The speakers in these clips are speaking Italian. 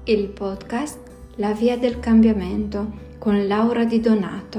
il podcast La Via del Cambiamento con Laura Di Donato.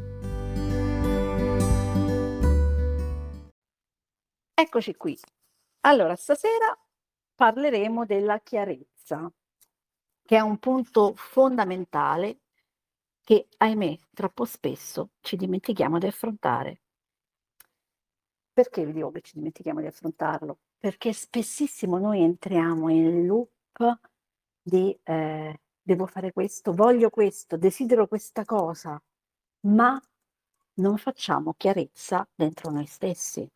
Eccoci qui. Allora, stasera parleremo della chiarezza, che è un punto fondamentale che, ahimè, troppo spesso ci dimentichiamo di affrontare. Perché vi dico che ci dimentichiamo di affrontarlo? Perché spessissimo noi entriamo in loop di devo fare questo, voglio questo, desidero questa cosa, ma non facciamo chiarezza dentro noi stessi.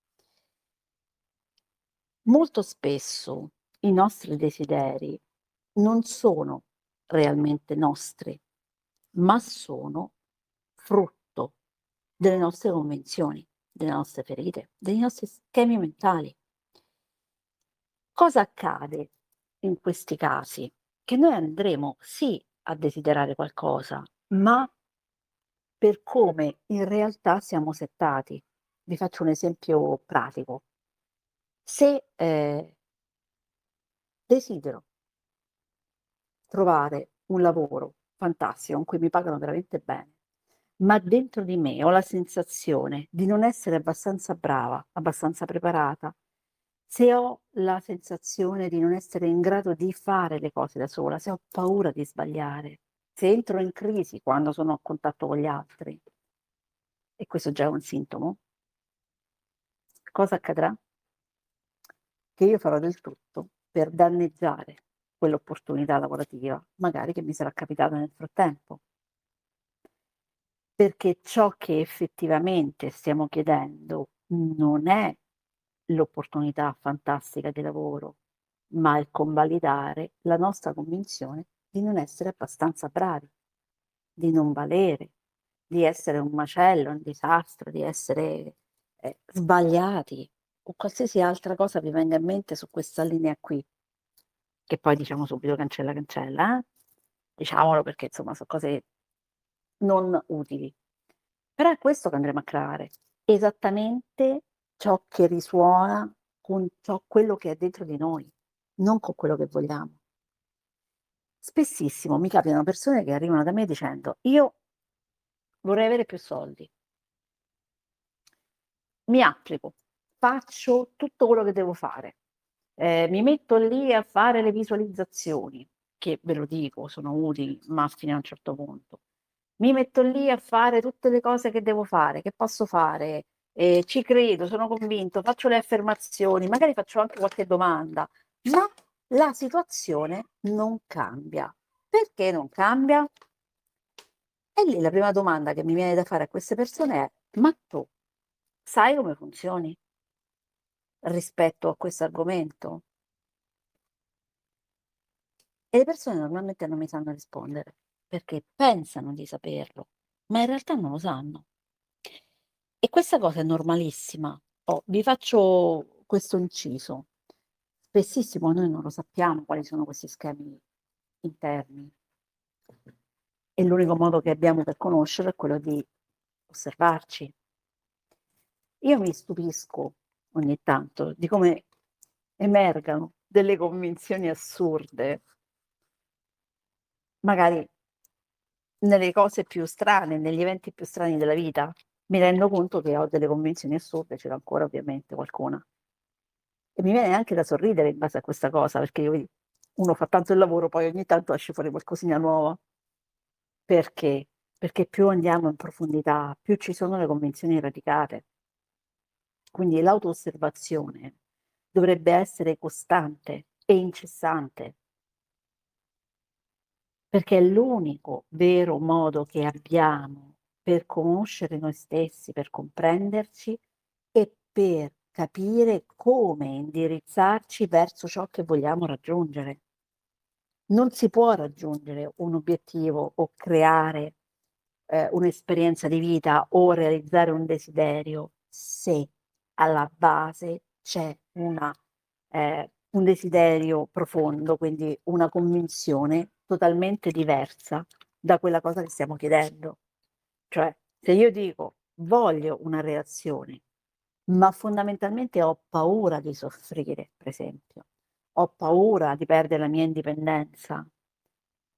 Molto spesso i nostri desideri non sono realmente nostri, ma sono frutto delle nostre convinzioni, delle nostre ferite, dei nostri schemi mentali. Cosa accade in questi casi? Che noi andremo sì a desiderare qualcosa, ma per come in realtà siamo settati. Vi faccio un esempio pratico. Se desidero trovare un lavoro fantastico, in cui mi pagano veramente bene, ma dentro di me ho la sensazione di non essere abbastanza brava, abbastanza preparata, se ho la sensazione di non essere in grado di fare le cose da sola, se ho paura di sbagliare, se entro in crisi quando sono a contatto con gli altri, e questo già è un sintomo, cosa accadrà? Che io farò del tutto per danneggiare quell'opportunità lavorativa, magari che mi sarà capitata nel frattempo. Perché ciò che effettivamente stiamo chiedendo non è l'opportunità fantastica di lavoro, ma il convalidare la nostra convinzione di non essere abbastanza bravi, di non valere, di essere un macello, un disastro, di essere sbagliati o qualsiasi altra cosa vi venga in mente su questa linea qui, che poi diciamo subito cancella, cancella, diciamolo perché insomma sono cose non utili. Però è questo che andremo a creare, esattamente ciò che risuona con quello che è dentro di noi, non con quello che vogliamo. Spessissimo mi capitano persone che arrivano da me dicendo: io vorrei avere più soldi, mi applico, faccio tutto quello che devo fare, mi metto lì a fare le visualizzazioni, che ve lo dico, sono utili, ma fino a un certo punto. Mi metto lì a fare tutte le cose che devo fare, che posso fare, ci credo, sono convinto, faccio le affermazioni, magari faccio anche qualche domanda, ma la situazione non cambia. Perché non cambia? E lì la prima domanda che mi viene da fare a queste persone è: ma tu sai come funzioni rispetto a questo argomento? E le persone normalmente non mi sanno rispondere, perché pensano di saperlo, ma in realtà non lo sanno. E questa cosa è normalissima. Oh, vi faccio questo inciso. Spessissimo noi non lo sappiamo quali sono questi schemi interni e l'unico modo che abbiamo per conoscerlo è quello di osservarci. Io mi stupisco ogni tanto di come emergano delle convinzioni assurde, magari nelle cose più strane, negli eventi più strani della vita. Mi rendo conto che ho delle convinzioni assurde, ce l'ho ancora ovviamente qualcuna. E mi viene anche da sorridere in base a questa cosa, perché io vedi, uno fa tanto il lavoro, poi ogni tanto esce fuori qualcosina nuova. Perché? Perché più andiamo in profondità, più ci sono le convinzioni radicate. Quindi l'auto-osservazione dovrebbe essere costante e incessante, perché è l'unico vero modo che abbiamo per conoscere noi stessi, per comprenderci e per capire come indirizzarci verso ciò che vogliamo raggiungere. Non si può raggiungere un obiettivo o creare un'esperienza di vita o realizzare un desiderio se alla base c'è un desiderio profondo, quindi una convinzione totalmente diversa da quella cosa che stiamo chiedendo. Cioè, se io dico voglio una reazione, ma fondamentalmente ho paura di soffrire, per esempio, ho paura di perdere la mia indipendenza,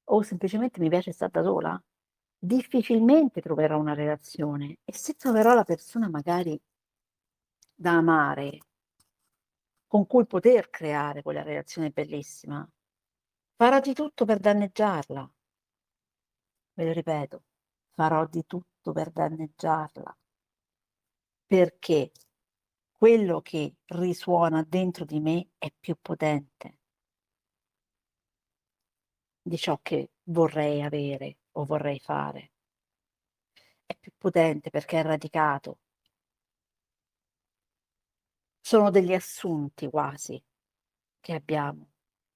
o semplicemente mi piace stare da sola, difficilmente troverò una relazione e se troverò la persona magari da amare, con cui poter creare quella relazione bellissima, farò di tutto per danneggiarla. Ve lo ripeto, farò di tutto per danneggiarla, perché quello che risuona dentro di me è più potente di ciò che vorrei avere o vorrei fare. È più potente perché è radicato. Sono degli assunti quasi che abbiamo.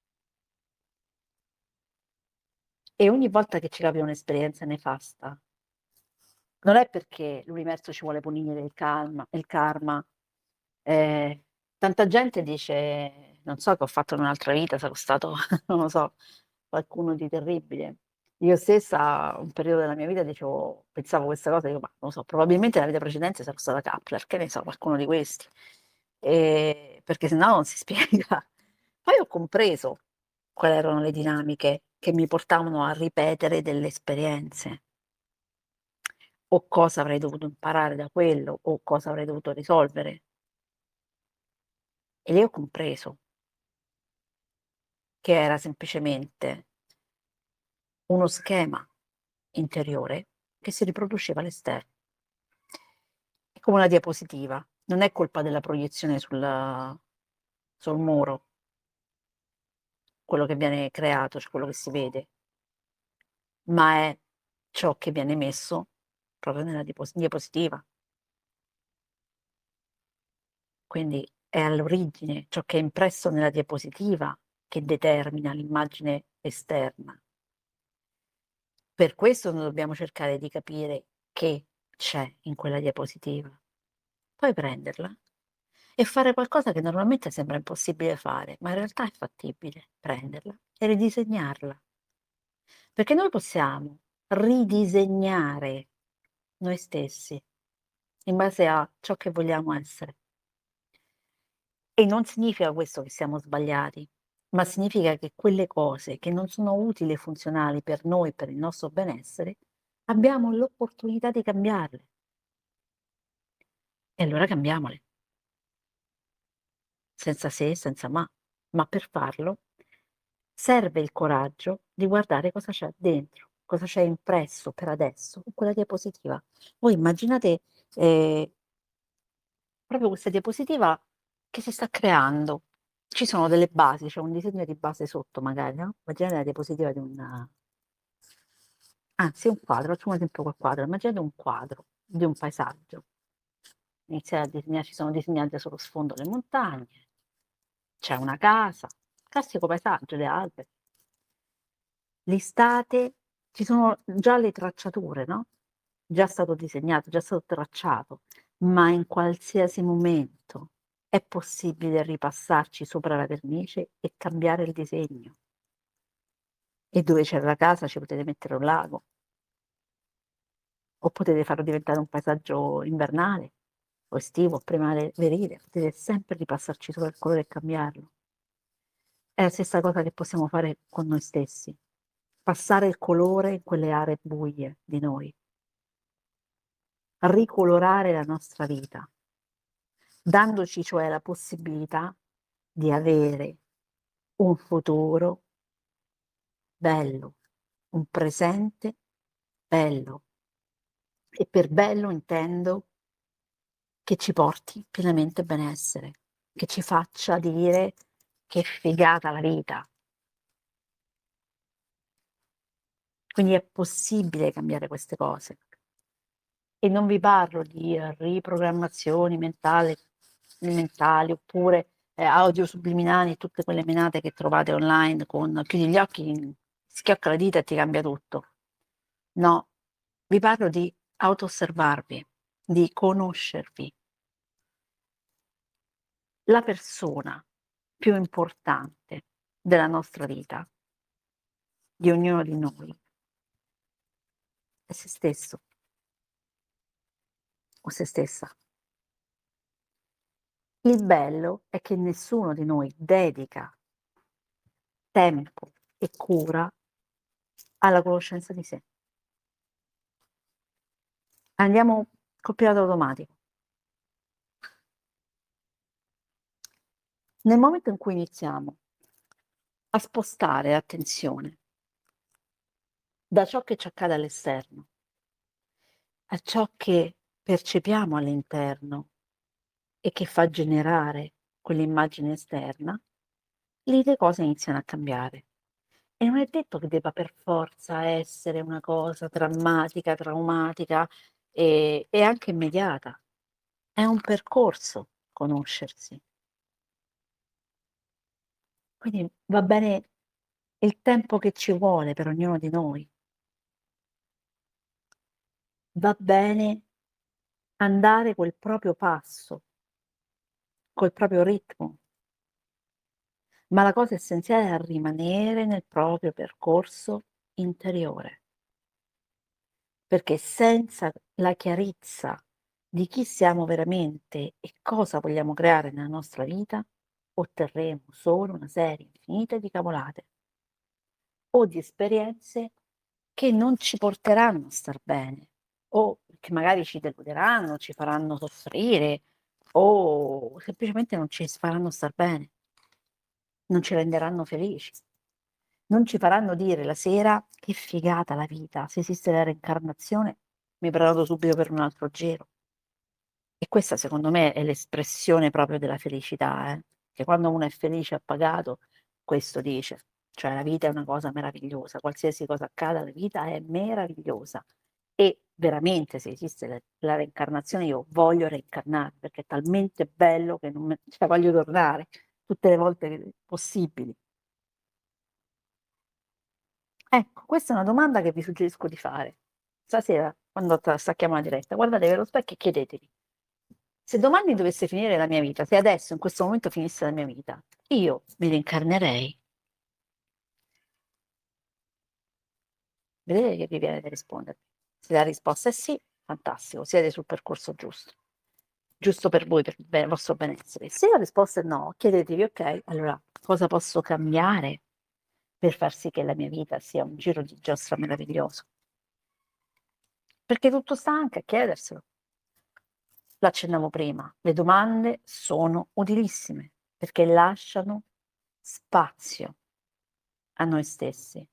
E ogni volta che ci capita un'esperienza nefasta, non è perché l'universo ci vuole punire il karma. Tanta gente dice, non so che ho fatto in un'altra vita, sarò stato, non lo so, qualcuno di terribile. Io stessa, un periodo della mia vita, dicevo, pensavo questa cosa, dico, ma non lo so, probabilmente nella vita precedente sarò stata Kappler, che ne so, qualcuno di questi. Perché sennò non si spiega. Poi ho compreso quali erano le dinamiche che mi portavano a ripetere delle esperienze, o cosa avrei dovuto imparare da quello, o cosa avrei dovuto risolvere. E lì ho compreso che era semplicemente uno schema interiore che si riproduceva all'esterno. È come una diapositiva, non è colpa della proiezione sul muro, quello che viene creato, cioè quello che si vede, ma è ciò che viene messo proprio nella diapositiva. Quindi è all'origine ciò che è impresso nella diapositiva che determina l'immagine esterna. Per questo noi dobbiamo cercare di capire che c'è in quella diapositiva, poi prenderla e fare qualcosa che normalmente sembra impossibile fare, ma in realtà è fattibile, prenderla e ridisegnarla. Perché noi possiamo ridisegnare noi stessi in base a ciò che vogliamo essere. E non significa questo che siamo sbagliati, ma significa che quelle cose che non sono utili e funzionali per noi, per il nostro benessere, abbiamo l'opportunità di cambiarle. E allora cambiamole, senza se, senza ma. Ma per farlo serve il coraggio di guardare cosa c'è dentro, cosa c'è impresso per adesso in quella diapositiva. Voi immaginate proprio questa diapositiva che si sta creando. Ci sono delle basi, c'è un disegno di base sotto magari, no? Immaginate la diapositiva di anzi un quadro, facciamo un esempio col quadro, immaginate un quadro di un paesaggio. Iniziate a disegnare, ci sono disegnate sullo sfondo le montagne, c'è una casa, classico paesaggio, le alberi. L'estate ci sono già le tracciature, no? Già stato disegnato, già stato tracciato, ma in qualsiasi momento è possibile ripassarci sopra la vernice e cambiare il disegno. E dove c'è la casa ci potete mettere un lago, o potete farlo diventare un paesaggio invernale, o estivo, o primaverile, potete sempre ripassarci sopra il colore e cambiarlo. È la stessa cosa che possiamo fare con noi stessi, passare il colore in quelle aree buie di noi, ricolorare la nostra vita, dandoci cioè la possibilità di avere un futuro bello, un presente bello. E per bello intendo che ci porti pienamente benessere, che ci faccia dire che figata la vita. Quindi è possibile cambiare queste cose. E non vi parlo di riprogrammazioni mentali oppure audio subliminali, tutte quelle menate che trovate online con chiudi gli occhi, schiocca la dita e ti cambia tutto. No, vi parlo di auto-osservarvi, di conoscervi. La persona più importante della nostra vita, di ognuno di noi, è se stesso o se stessa. Il bello è che nessuno di noi dedica tempo e cura alla conoscenza di sé. Andiamo col pilota automatico. Nel momento in cui iniziamo a spostare l'attenzione da ciò che ci accade all'esterno a ciò che percepiamo all'interno e che fa generare quell'immagine esterna, lì le cose iniziano a cambiare. E non è detto che debba per forza essere una cosa drammatica, traumatica e anche immediata. È un percorso conoscersi. Quindi va bene il tempo che ci vuole per ognuno di noi. Va bene andare col proprio passo, col proprio ritmo, ma la cosa essenziale è rimanere nel proprio percorso interiore, perché senza la chiarezza di chi siamo veramente e cosa vogliamo creare nella nostra vita, otterremo solo una serie infinita di cavolate o di esperienze che non ci porteranno a star bene o che magari ci deluderanno, ci faranno soffrire o semplicemente non ci faranno star bene, non ci renderanno felici. Non ci faranno dire la sera: "Che figata la vita, se esiste la reincarnazione mi prenoto subito per un altro giro". E questa secondo me è l'espressione proprio della felicità, che quando uno è felice appagato, questo dice. Cioè la vita è una cosa meravigliosa, qualsiasi cosa accada, la vita è meravigliosa. E veramente se esiste la reincarnazione io voglio reincarnare, perché è talmente bello che non me cioè voglio tornare tutte le volte che possibili. Ecco, questa è una domanda che vi suggerisco di fare. Stasera, quando stacchiamo la diretta, guardatevi allo specchio e chiedetevi: se domani dovesse finire la mia vita, se adesso in questo momento finisse la mia vita, io mi reincarnerei? Vedete che vi viene da rispondere. Se la risposta è sì, fantastico, siete sul percorso giusto. Giusto per voi, per il vostro benessere. Se la risposta è no, chiedetevi: ok, allora cosa posso cambiare per far sì che la mia vita sia un giro di giostra meraviglioso? Perché tutto sta anche a chiederselo. L'accennavo prima, le domande sono utilissime perché lasciano spazio a noi stessi.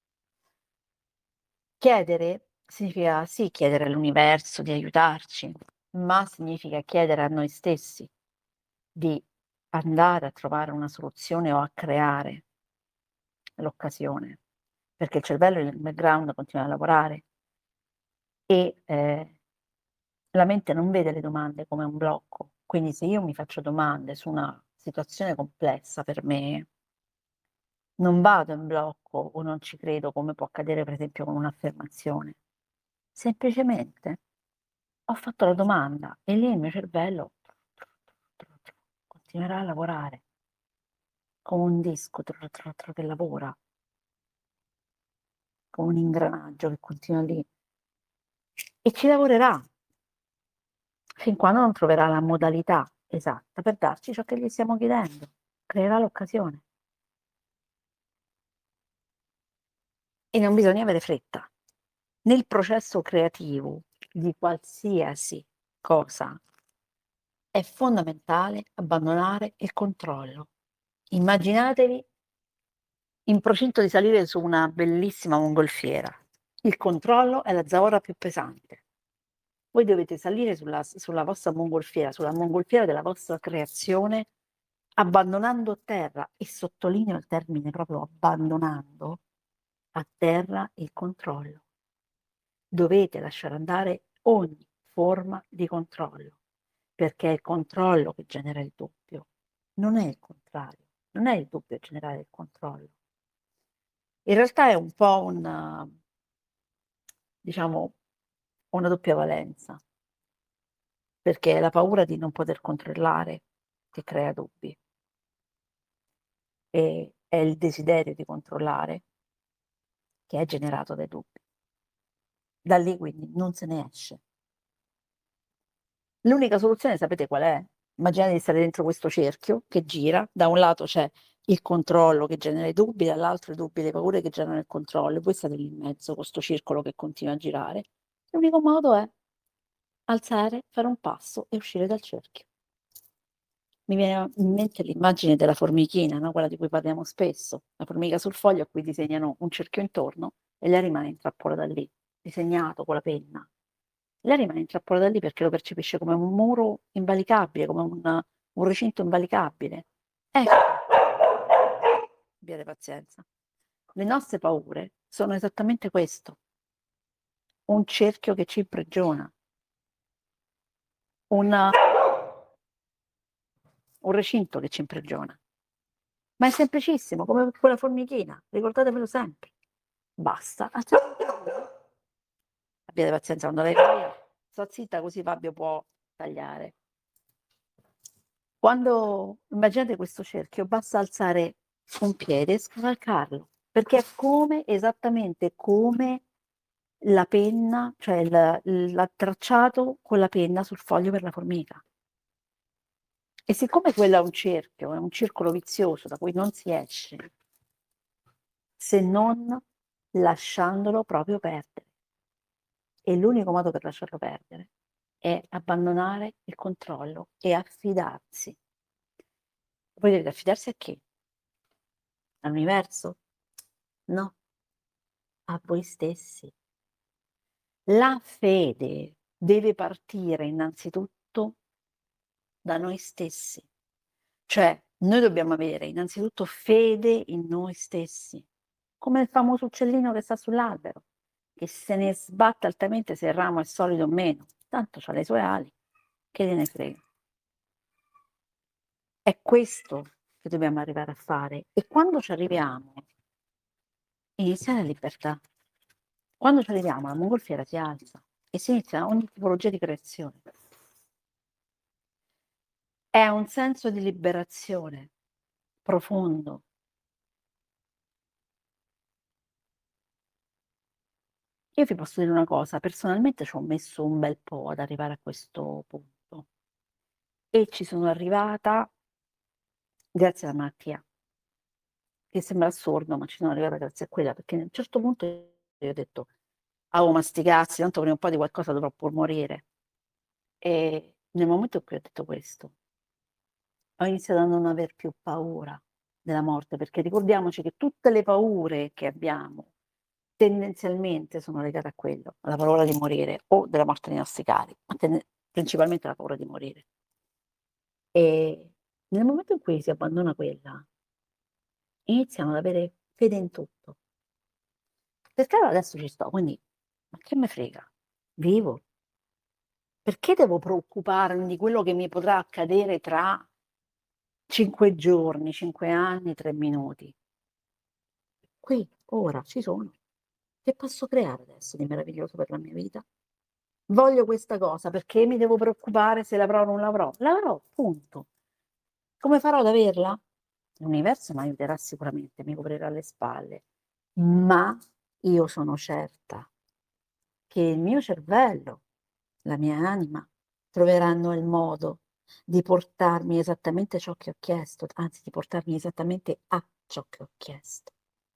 Chiedere significa sì chiedere all'universo di aiutarci, ma significa chiedere a noi stessi di andare a trovare una soluzione o a creare l'occasione, perché il cervello nel background continua a lavorare e la mente non vede le domande come un blocco. Quindi se io mi faccio domande su una situazione complessa per me, non vado in blocco o non ci credo come può accadere per esempio con un'affermazione. Semplicemente ho fatto la domanda e lì il mio cervello continuerà a lavorare come un disco che lavora, come un ingranaggio che continua lì e ci lavorerà fin quando non troverà la modalità esatta per darci ciò che gli stiamo chiedendo. Creerà l'occasione. E non bisogna avere fretta. Nel processo creativo di qualsiasi cosa è fondamentale abbandonare il controllo. Immaginatevi in procinto di salire su una bellissima mongolfiera. Il controllo è la zavorra più pesante. Voi dovete salire sulla vostra mongolfiera, sulla mongolfiera della vostra creazione, abbandonando terra, e sottolineo il termine proprio abbandonando a terra il controllo. Dovete lasciare andare ogni forma di controllo, perché è il controllo che genera il dubbio, non è il contrario, non è il dubbio a generare il controllo. In realtà è un po' diciamo, una doppia valenza, perché è la paura di non poter controllare che crea dubbi e è il desiderio di controllare che è generato dai dubbi. Da lì quindi non se ne esce. L'unica soluzione sapete qual è? Immaginate di stare dentro questo cerchio che gira, da un lato c'è il controllo che genera i dubbi, dall'altro i dubbi e le paure che generano il controllo, e voi state lì in mezzo con sto circolo che continua a girare. L'unico modo è alzare, fare un passo e uscire dal cerchio. Mi viene in mente l'immagine della formichina, no? Quella di cui parliamo spesso, la formica sul foglio a cui disegnano un cerchio intorno e lei rimane intrappolata lì, disegnato con la penna. Lei rimane intrappolata lì perché lo percepisce come un muro invalicabile, come un recinto invalicabile. Ecco, abbiate pazienza. Le nostre paure sono esattamente questo, un cerchio che ci imprigiona, un recinto che ci imprigiona. Ma è semplicissimo, come quella formichina, ricordatevelo sempre. Basta. Abbiate pazienza quando lei va via. Sto zitta così Fabio può tagliare. Quando immaginate questo cerchio, basta alzare un piede e scavalcarlo, perché è come esattamente come la penna, cioè l'ha tracciato con la penna sul foglio per la formica. E siccome quello è un cerchio, è un circolo vizioso da cui non si esce, se non lasciandolo proprio perdere. E l'unico modo per lasciarlo perdere è abbandonare il controllo e affidarsi. Voi dovete affidarsi a chi? All'universo? No, a voi stessi. La fede deve partire innanzitutto da noi stessi. Cioè, noi dobbiamo avere innanzitutto fede in noi stessi, come il famoso uccellino che sta sull'albero, che se ne sbatte altamente se il ramo è solido o meno, tanto ha le sue ali, che gliene frega. È questo che dobbiamo arrivare a fare e quando ci arriviamo inizia la libertà. Quando ci arriviamo la mongolfiera si alza e si inizia ogni tipologia di creazione. È un senso di liberazione profondo. Io vi posso dire una cosa, personalmente ci ho messo un bel po' ad arrivare a questo punto e ci sono arrivata grazie alla malattia, che sembra assurdo, ma ci sono arrivata grazie a quella, perché a un certo punto io ho detto, ma sti cazzi, tanto prima o poi di qualcosa dovrò pur morire. E nel momento in cui ho detto questo, ho iniziato a non aver più paura della morte, perché ricordiamoci che tutte le paure che abbiamo tendenzialmente sono legate a quello, alla paura di morire o della morte dei nostri cari, ma principalmente alla paura di morire. E nel momento in cui si abbandona quella, iniziamo ad avere fede in tutto. Perché adesso ci sto, quindi, ma che me frega? Vivo. Perché devo preoccuparmi di quello che mi potrà accadere tra 5 giorni, 5 anni, 3 minuti? Qui, ora, ci sono. Che posso creare adesso di meraviglioso per la mia vita? Voglio questa cosa, perché mi devo preoccupare se l'avrò o non l'avrò? L'avrò, punto. Come farò ad averla? L'universo mi aiuterà sicuramente, mi coprirà le spalle, ma io sono certa che il mio cervello, la mia anima, troveranno il modo di portarmi esattamente ciò che ho chiesto, anzi di portarmi esattamente a ciò che ho chiesto.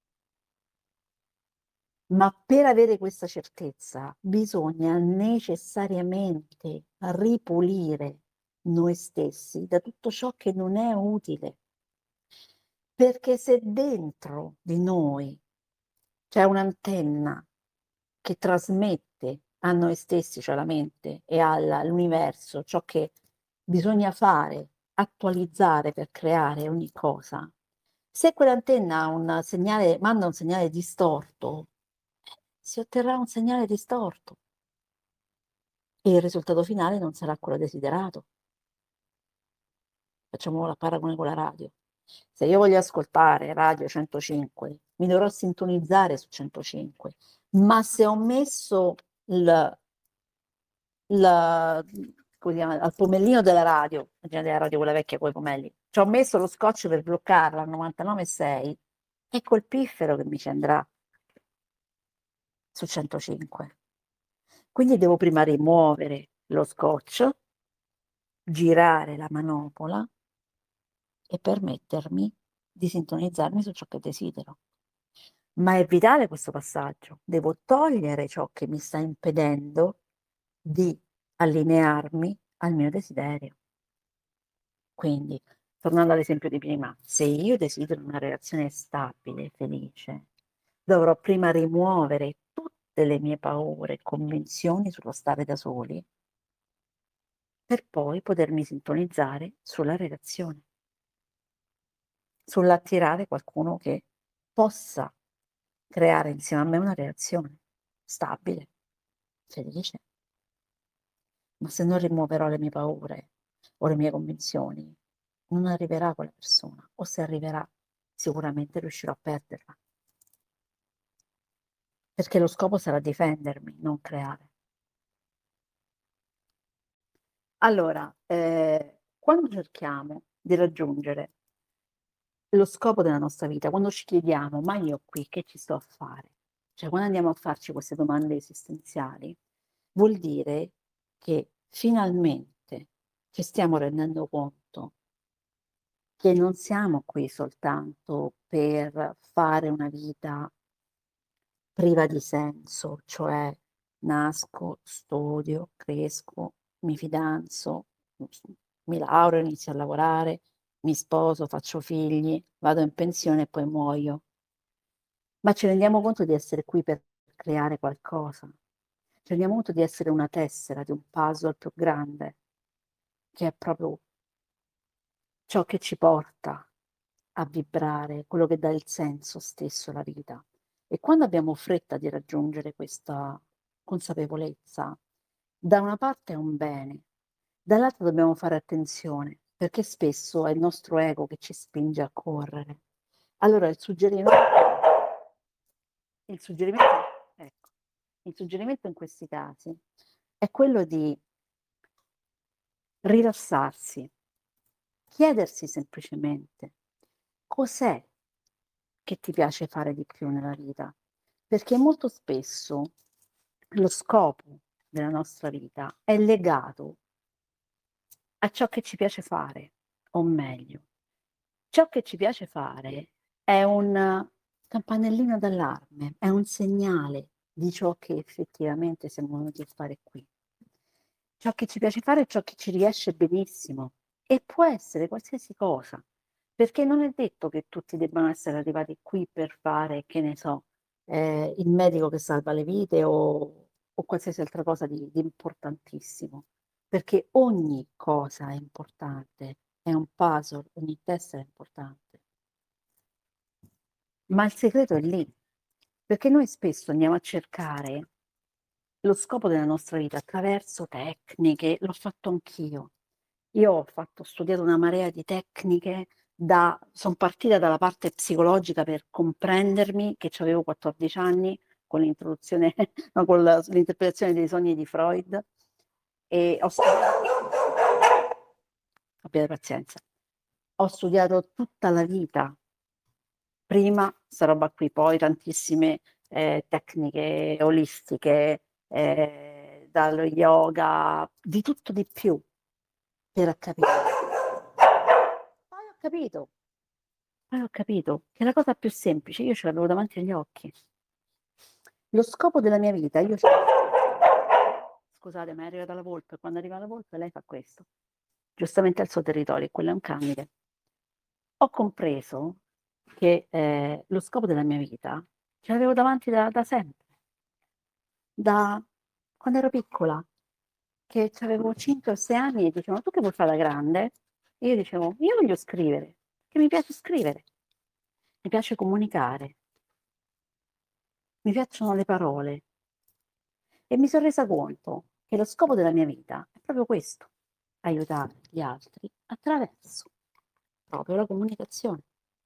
Ma per avere questa certezza bisogna necessariamente ripulire noi stessi da tutto ciò che non è utile. Perché se dentro di noi c'è un'antenna che trasmette a noi stessi, cioè alla mente e all'universo, ciò che bisogna fare, attualizzare per creare ogni cosa, se quell'antenna ha un segnale, manda un segnale distorto, si otterrà un segnale distorto e il risultato finale non sarà quello desiderato. Facciamo la paragone con la radio. Se io voglio ascoltare Radio 105, mi dovrò sintonizzare su 105, ma se ho messo come si chiama, al pomellino della radio, immaginate la radio quella vecchia con i pomelli, ci ho messo lo scotch per bloccarla al 99,6, è col piffero che mi ci andrà su 105. Quindi devo prima rimuovere lo scotch, girare la manopola e permettermi di sintonizzarmi su ciò che desidero. Ma è vitale questo passaggio. Devo togliere ciò che mi sta impedendo di allinearmi al mio desiderio. Quindi, tornando all'esempio di prima, se io desidero una relazione stabile, felice, dovrò prima rimuovere tutte le mie paure e convinzioni sullo stare da soli per poi potermi sintonizzare sulla relazione, sull'attirare qualcuno che possa creare insieme a me una relazione stabile, felice. Ma se non rimuoverò le mie paure o le mie convinzioni, non arriverà quella persona, o se arriverà, sicuramente riuscirò a perderla, perché lo scopo sarà difendermi, non creare. Allora, quando cerchiamo di raggiungere lo scopo della nostra vita, quando ci chiediamo: "Ma io qui che ci sto a fare?" Cioè, quando andiamo a farci queste domande esistenziali, vuol dire che finalmente ci stiamo rendendo conto che non siamo qui soltanto per fare una vita priva di senso, cioè nasco, studio, cresco, mi fidanzo, mi laureo, inizio a lavorare, mi sposo, faccio figli, vado in pensione e poi muoio. Ma ci rendiamo conto di essere qui per creare qualcosa. Ci rendiamo conto di essere una tessera di un puzzle più grande, che è proprio ciò che ci porta a vibrare, quello che dà il senso stesso alla vita. E quando abbiamo fretta di raggiungere questa consapevolezza, da una parte è un bene, dall'altra dobbiamo fare attenzione, perché spesso è il nostro ego che ci spinge a correre. Allora il suggerimento ecco, il suggerimento in questi casi è quello di rilassarsi, chiedersi semplicemente: cos'è che ti piace fare di più nella vita? Perché molto spesso lo scopo della nostra vita è legato a ciò che ci piace fare, o meglio, ciò che ci piace fare è un campanellino d'allarme, è un segnale di ciò che effettivamente siamo venuti a fare qui. Ciò che ci piace fare è ciò che ci riesce benissimo e può essere qualsiasi cosa, perché non è detto che tutti debbano essere arrivati qui per fare, che ne so, il medico che salva le vite o qualsiasi altra cosa di importantissimo, perché ogni cosa è importante, è un puzzle, ogni testa è importante. Ma il segreto è lì, perché noi spesso andiamo a cercare lo scopo della nostra vita attraverso tecniche, l'ho fatto anch'io. Io ho studiato una marea di tecniche, son partita dalla parte psicologica per comprendermi, che c'avevo 14 anni, con l'introduzione no, con l'interpretazione dei sogni di Freud, e ho abbiate pazienza. Ho studiato tutta la vita prima 'sta roba qui, poi tantissime, tecniche olistiche, dallo yoga, di tutto di più per capire. Poi ho capito che la cosa più semplice io ce l'avevo davanti agli occhi. Lo scopo della mia vita io ce scusate, ma è arrivata la volpe, quando arriva la volpe lei fa questo. Giustamente al suo territorio, e quello è un canide. Ho compreso che, lo scopo della mia vita ce l'avevo davanti da sempre, da quando ero piccola, che c'avevo 5 o 6 anni e dicevano: "Tu che vuoi fa' da grande?" E io dicevo: "Io voglio scrivere, che mi piace scrivere, mi piace comunicare, mi piacciono le parole." E mi son resa conto che lo scopo della mia vita è proprio questo: aiutare gli altri attraverso proprio la comunicazione.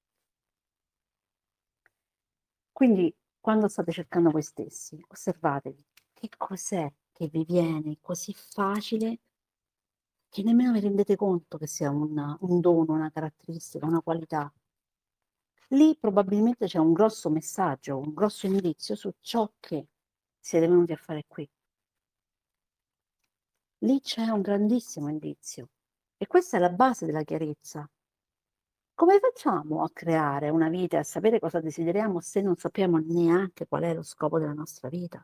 Quindi, quando state cercando voi stessi, osservatevi che cos'è che vi viene così facile che nemmeno vi rendete conto che sia un dono, una caratteristica, una qualità. Lì probabilmente c'è un grosso messaggio, un grosso indizio su ciò che siete venuti a fare qui. Lì c'è un grandissimo indizio e questa è la base della chiarezza. Come facciamo a creare una vita e a sapere cosa desideriamo se non sappiamo neanche qual è lo scopo della nostra vita?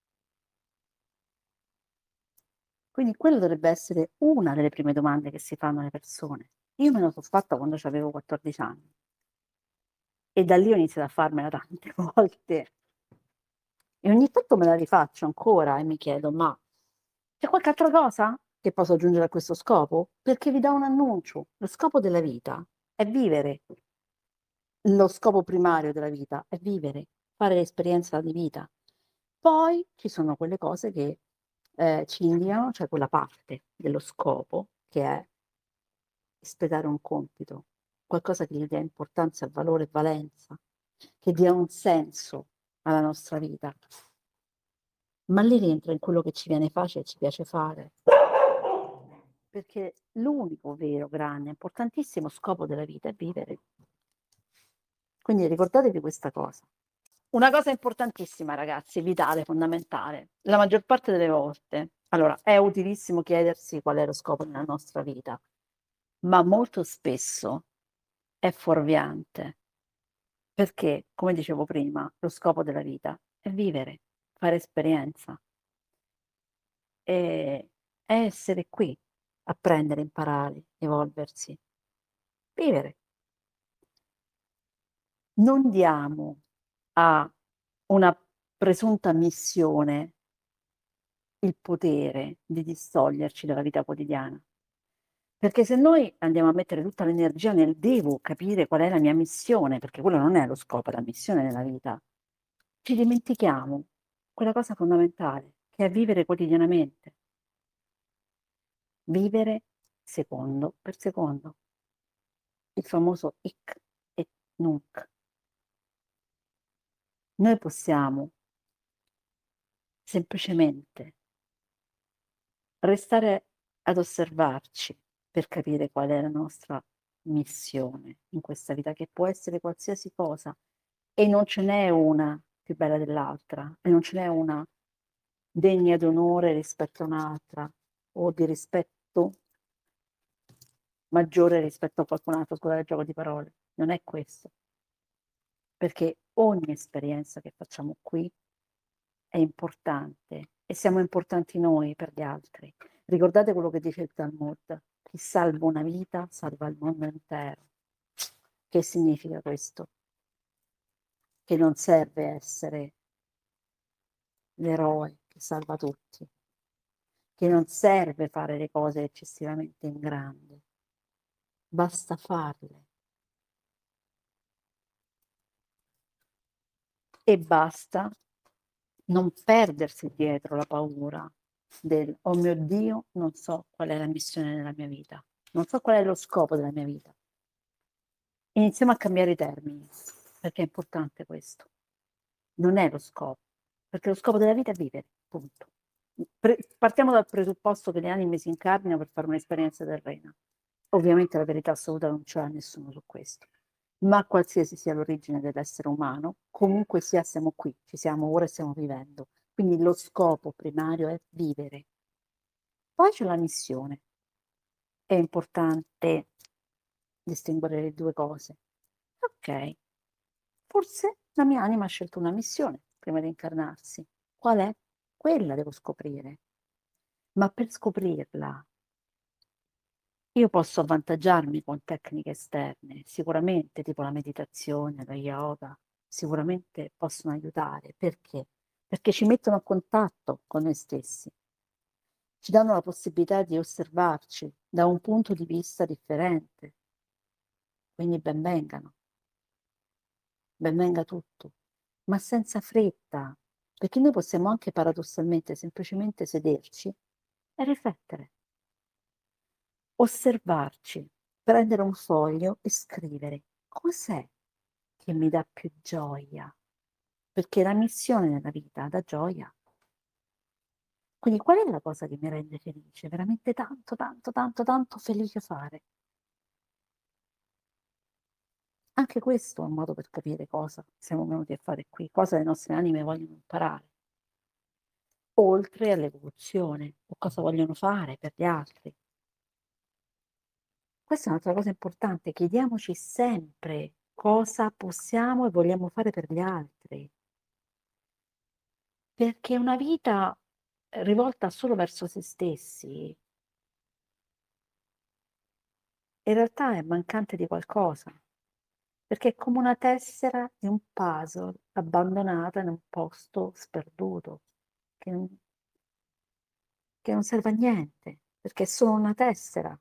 Quindi quello dovrebbe essere una delle prime domande che si fanno le persone. Io me lo so fatta quando c'avevo 14 anni e da lì ho iniziato a farmela tante volte e ogni tanto me la rifaccio ancora e mi chiedo: "Ma c'è qualche altra cosa che posso aggiungere a questo scopo?" Perché vi do un annuncio: lo scopo della vita è vivere. Lo scopo primario della vita è vivere, fare l'esperienza di vita. Poi ci sono quelle cose che, ci indicano, cioè quella parte dello scopo che è espletare un compito, qualcosa che gli dia importanza, valore e valenza, che dia un senso alla nostra vita. Ma lì rientra in quello che ci viene facile e ci piace fare. Perché l'unico vero, grande, importantissimo scopo della vita è vivere. Quindi ricordatevi questa cosa. Una cosa importantissima ragazzi, vitale, fondamentale. La maggior parte delle volte allora, è utilissimo chiedersi qual è lo scopo della nostra vita, ma molto spesso è fuorviante, perché, come dicevo prima, lo scopo della vita è vivere, fare esperienza, è essere qui, apprendere, imparare, evolversi, vivere. Non diamo a una presunta missione il potere di distoglierci dalla vita quotidiana. Perché se noi andiamo a mettere tutta l'energia nel devo capire qual è la mia missione, perché quello non è lo scopo, è la missione nella vita, ci dimentichiamo quella cosa fondamentale, che è vivere quotidianamente, vivere secondo per secondo, il famoso hic et nunc. Noi possiamo semplicemente restare ad osservarci per capire qual è la nostra missione in questa vita, che può essere qualsiasi cosa e non ce n'è una più bella dell'altra e non ce n'è una degna d'onore rispetto a un'altra o di rispetto maggiore rispetto a qualcun altro, scusate il gioco di parole. Non è questo, perché ogni esperienza che facciamo qui è importante e siamo importanti noi per gli altri. Ricordate quello che dice il Talmud: chi salva una vita salva il mondo intero. Che significa questo? Che non serve essere l'eroe che salva tutti, che non serve fare le cose eccessivamente in grande, basta farle e basta non perdersi dietro la paura del "oh mio Dio, non so qual è la missione della mia vita, non so qual è lo scopo della mia vita". Iniziamo a cambiare i termini, perché è importante questo. Non è lo scopo, perché lo scopo della vita è vivere, punto. Partiamo dal presupposto che le anime si incarnino per fare un'esperienza terrena. Ovviamente la verità assoluta non ce l'ha nessuno su questo, ma qualsiasi sia l'origine dell'essere umano, comunque sia siamo qui, ci siamo ora e stiamo vivendo. Quindi lo scopo primario è vivere. Poi c'è la missione. È importante distinguere le due cose. Ok, forse la mia anima ha scelto una missione prima di incarnarsi. Qual è? Quella devo scoprire. Ma per scoprirla io posso avvantaggiarmi con tecniche esterne, sicuramente tipo la meditazione, lo yoga, sicuramente possono aiutare. Perché? Perché ci mettono a contatto con noi stessi, ci danno la possibilità di osservarci da un punto di vista differente. Quindi ben venga tutto, ma senza fretta, perché noi possiamo anche paradossalmente semplicemente sederci e riflettere, osservarci, prendere un foglio e scrivere cos'è che mi dà più gioia, perché la missione nella vita dà gioia. Quindi qual è la cosa che mi rende felice, veramente tanto, tanto, tanto, tanto felice fare? Anche questo è un modo per capire cosa siamo venuti a fare qui, cosa le nostre anime vogliono imparare, oltre all'evoluzione, o cosa vogliono fare per gli altri. Questa è un'altra cosa importante, chiediamoci sempre cosa possiamo e vogliamo fare per gli altri, perché una vita rivolta solo verso se stessi, in realtà è mancante di qualcosa, perché è come una tessera di un puzzle abbandonata in un posto sperduto, che non, che non serve a niente, perché è solo una tessera,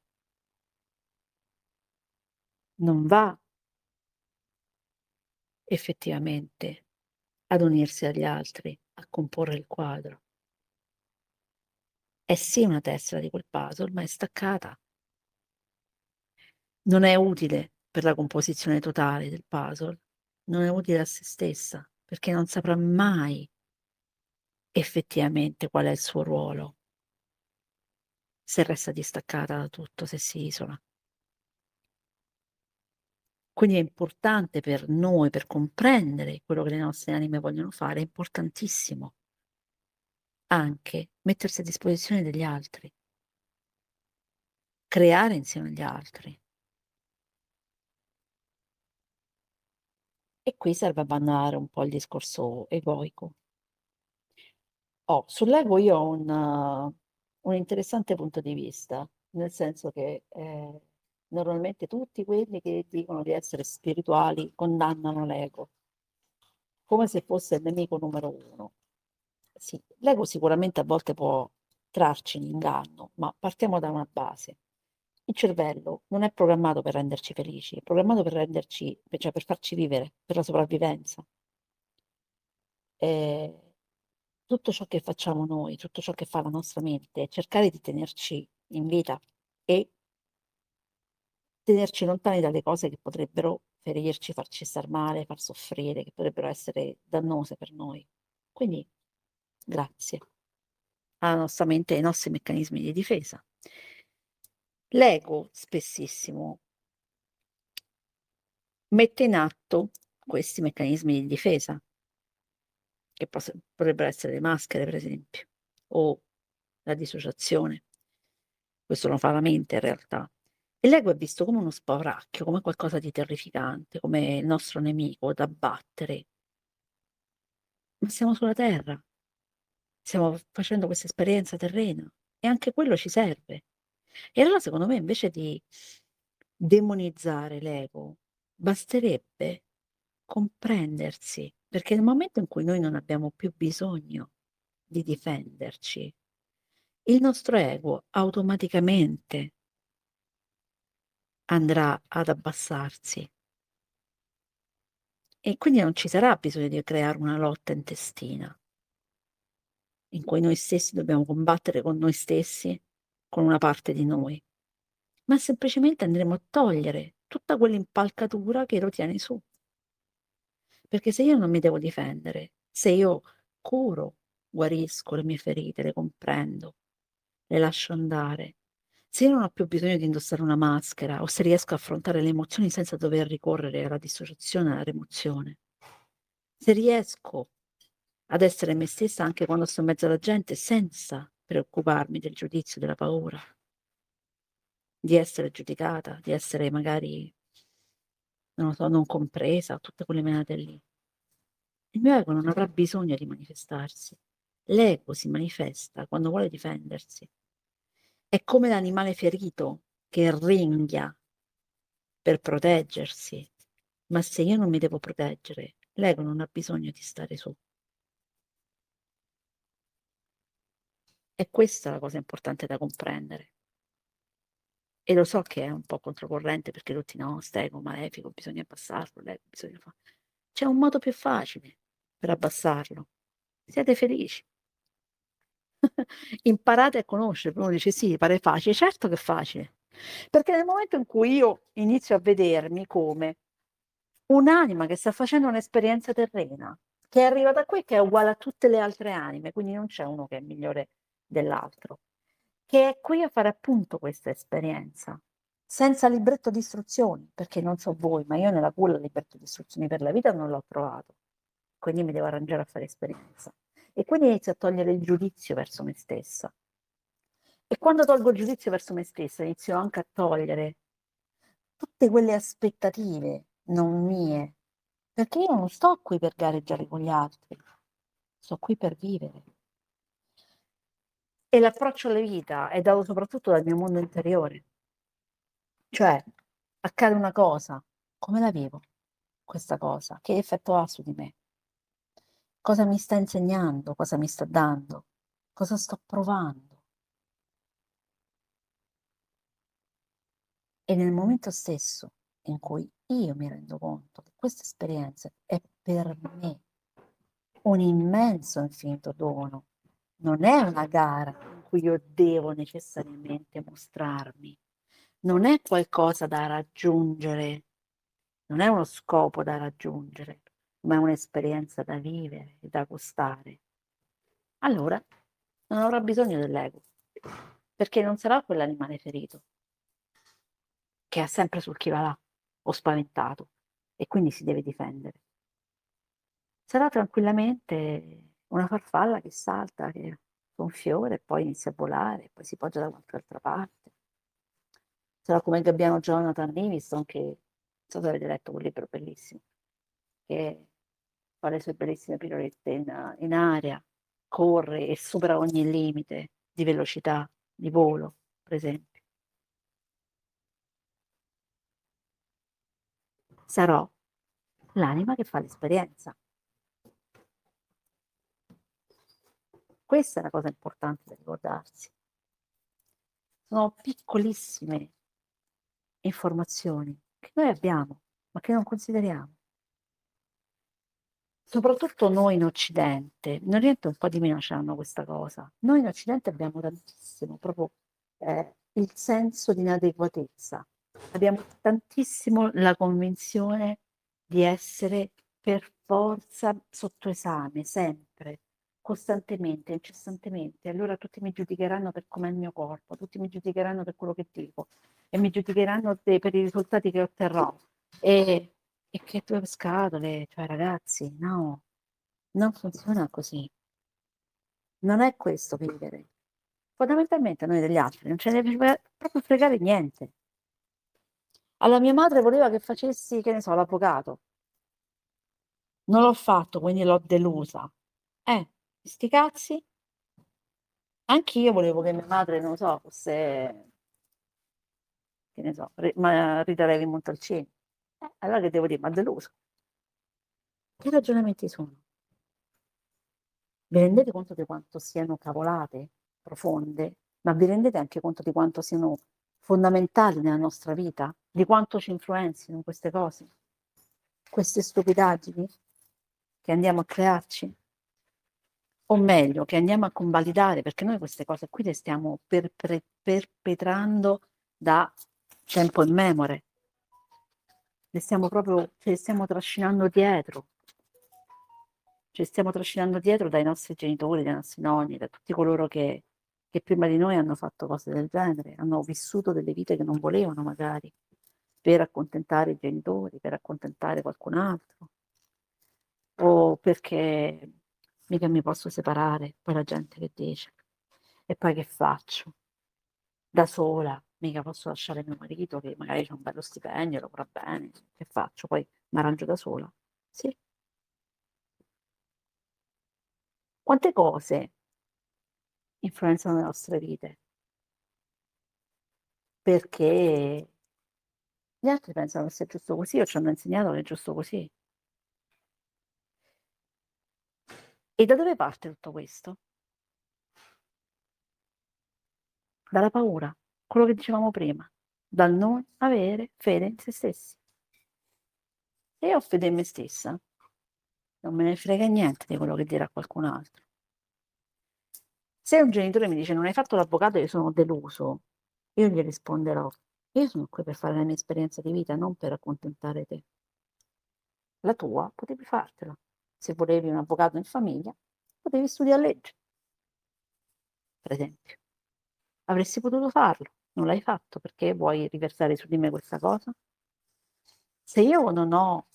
non va effettivamente ad unirsi agli altri, a comporre il quadro. È sì una tessera di quel puzzle, ma è staccata. Non è utile per la composizione totale del puzzle, non è utile a se stessa, perché non saprà mai effettivamente qual è il suo ruolo, se resta distaccata da tutto, se si isola. Quindi è importante per noi, per comprendere quello che le nostre anime vogliono fare, è importantissimo anche mettersi a disposizione degli altri, creare insieme agli altri. E qui serve abbandonare un po' il discorso egoico. Sull'ego io ho un interessante punto di vista, nel senso che, normalmente tutti quelli che dicono di essere spirituali condannano l'ego, come se fosse il nemico numero 1. Sì, l'ego sicuramente a volte può trarci in inganno, ma partiamo da una base. Il cervello non è programmato per renderci felici, è programmato per renderci cioè per farci vivere, per la sopravvivenza. Ehm, Tutto ciò che facciamo noi, tutto ciò che fa la nostra mente è cercare di tenerci in vita e tenerci lontani dalle cose che potrebbero ferirci, farci star male, far soffrire, che potrebbero essere dannose per noi. Quindi grazie alla nostra mente e ai nostri meccanismi di difesa. L'ego spessissimo mette in atto questi meccanismi di difesa, che potrebbero essere le maschere per esempio, o la dissociazione. Questo lo fa la mente in realtà. E l'ego è visto come uno spauracchio, come qualcosa di terrificante, come il nostro nemico da battere. Ma siamo sulla Terra, stiamo facendo questa esperienza terrena e anche quello ci serve. E allora secondo me invece di demonizzare l'ego, basterebbe comprendersi, perché nel momento in cui noi non abbiamo più bisogno di difenderci, il nostro ego automaticamente andrà ad abbassarsi e quindi non ci sarà bisogno di creare una lotta intestina in cui noi stessi dobbiamo combattere con noi stessi, con una parte di noi, ma semplicemente andremo a togliere tutta quell'impalcatura che lo tiene su. Perché se io non mi devo difendere, se io curo, guarisco le mie ferite, le comprendo, le lascio andare, se io non ho più bisogno di indossare una maschera o se riesco a affrontare le emozioni senza dover ricorrere alla dissociazione, alla rimozione, se riesco ad essere me stessa anche quando sto in mezzo alla gente senza preoccuparmi del giudizio, della paura, di essere giudicata, di essere magari, non lo so, non compresa, tutte quelle menate lì. Il mio ego non avrà bisogno di manifestarsi. L'ego si manifesta quando vuole difendersi. È come l'animale ferito che ringhia per proteggersi. Ma se io non mi devo proteggere, l'ego non ha bisogno di stare su. E questa è la cosa importante da comprendere. E lo so che è un po' controcorrente perché tutti no, stego malefico, bisogna abbassarlo, l'ego bisogna fa c'è un modo più facile per abbassarlo. Siate felici. Imparate a conoscervi. Uno dice: "Sì, pare facile". Certo che è facile, perché nel momento in cui io inizio a vedermi come un'anima che sta facendo un'esperienza terrena, che è arrivata qui, che è uguale a tutte le altre anime, quindi non c'è uno che è migliore dell'altro, che è qui a fare appunto questa esperienza, senza libretto di istruzioni, perché non so voi, ma io nella culla il libretto di istruzioni per la vita non l'ho trovato, quindi mi devo arrangiare a fare esperienza. E quindi inizio a togliere il giudizio verso me stessa. E quando tolgo il giudizio verso me stessa, inizio anche a togliere tutte quelle aspettative non mie, perché io non sto qui per gareggiare con gli altri, sto qui per vivere. E l'approccio alla vita è dato soprattutto dal mio mondo interiore. Cioè, accade una cosa, come la vivo questa cosa? Che effetto ha su di me? Cosa mi sta insegnando? Cosa mi sta dando? Cosa sto provando? E nel momento stesso in cui io mi rendo conto che questa esperienza è per me un immenso, infinito dono, non è una gara in cui io devo necessariamente mostrarmi, non è qualcosa da raggiungere, non è uno scopo da raggiungere, ma è un'esperienza da vivere e da gustare. Allora non avrà bisogno dell'ego, perché non sarà quell'animale ferito che è sempre sul chi va là o spaventato e quindi si deve difendere. Sarà tranquillamente una farfalla che salta, che fa un fiore e poi inizia a volare, e poi si poggia da qualche altra parte. Sarà come il gabbiano Jonathan Livingston che, non so se avete letto quel libro bellissimo, che fa le sue bellissime pirolette in aria, corre e supera ogni limite di velocità, di volo, per esempio. Sarò l'anima che fa l'esperienza. Questa è la cosa importante da ricordarsi. Sono piccolissime informazioni che noi abbiamo, ma che non consideriamo. Soprattutto noi in Occidente, in Oriente un po' di meno c'hanno questa cosa. Noi in Occidente abbiamo tantissimo proprio il senso di inadeguatezza. Abbiamo tantissimo la convinzione di essere per forza sotto esame, sempre, costantemente, incessantemente. Allora tutti mi giudicheranno per com'è il mio corpo, tutti mi giudicheranno per quello che dico e mi giudicheranno per i risultati che otterrò. E che due scatole, cioè ragazzi, no, non funziona così. Non è questo vivere. Fondamentalmente noi degli altri non ce ne deve proprio fregare niente. Alla mia madre voleva che facessi, che ne so, l'avvocato. Non l'ho fatto, quindi l'ho delusa. Sti cazzi. Anch'io volevo che mia madre, non lo so, fosse, che ne so, ma Rita Levi Montalcini. Allora che devo dire? Ma deluso. Che ragionamenti sono? Vi rendete conto di quanto siano cavolate profonde, ma vi rendete anche conto di quanto siano fondamentali nella nostra vita? Di quanto ci influenzino queste cose? Queste stupidaggini che andiamo a crearci? O meglio, che andiamo a convalidare, perché noi queste cose qui le stiamo perpetrando da tempo immemore. Le stiamo proprio, ce le stiamo trascinando dietro. Ci stiamo trascinando dietro dai nostri genitori, dai nostri nonni, da tutti coloro che prima di noi hanno fatto cose del genere, hanno vissuto delle vite che non volevano magari, per accontentare i genitori, per accontentare qualcun altro, o perché mica mi posso separare, poi la gente che dice, e poi che faccio? Da sola, mica posso lasciare mio marito che magari c'ha un bello stipendio, lavora bene, che faccio? Poi mi arrangio da sola? Sì. Quante cose influenzano le nostre vite? Perché gli altri pensano che sia giusto così o ci hanno insegnato che è giusto così. E da dove parte tutto questo? Dalla paura, quello che dicevamo prima, dal non avere fede in se stessi. Se io ho fede in me stessa, non me ne frega niente di quello che dirà qualcun altro. Se un genitore mi dice non hai fatto l'avvocato, io sono deluso, io gli risponderò, io sono qui per fare la mia esperienza di vita, non per accontentare te. La tua potevi fartela. Se volevi un avvocato in famiglia, potevi studiare legge, per esempio. Avresti potuto farlo, non l'hai fatto perché vuoi riversare su di me questa cosa? Se io non ho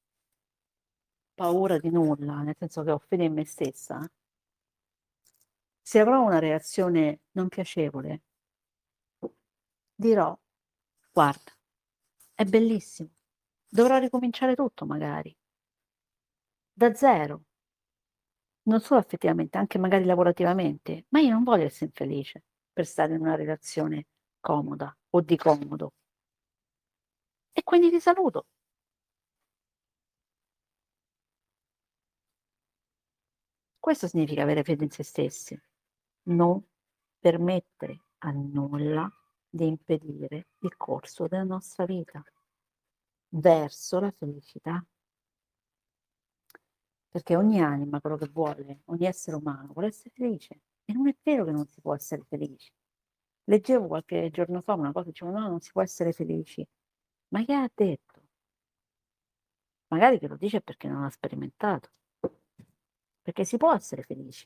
paura di nulla, nel senso che ho fede in me stessa, se avrò una reazione non piacevole, dirò, guarda, è bellissimo. Dovrò ricominciare tutto magari, da zero, non solo affettivamente, anche magari lavorativamente, ma io non voglio essere infelice per stare in una relazione comoda o di comodo. E quindi ti saluto. Questo significa avere fede in se stessi, non permettere a nulla di impedire il corso della nostra vita verso la felicità. Perché ogni anima, quello che vuole, ogni essere umano vuole essere felice. E non è vero che non si può essere felici. Leggevo qualche giorno fa una cosa, dicevo no, non si può essere felici. Ma che ha detto? Magari che lo dice perché non ha sperimentato. Perché si può essere felici.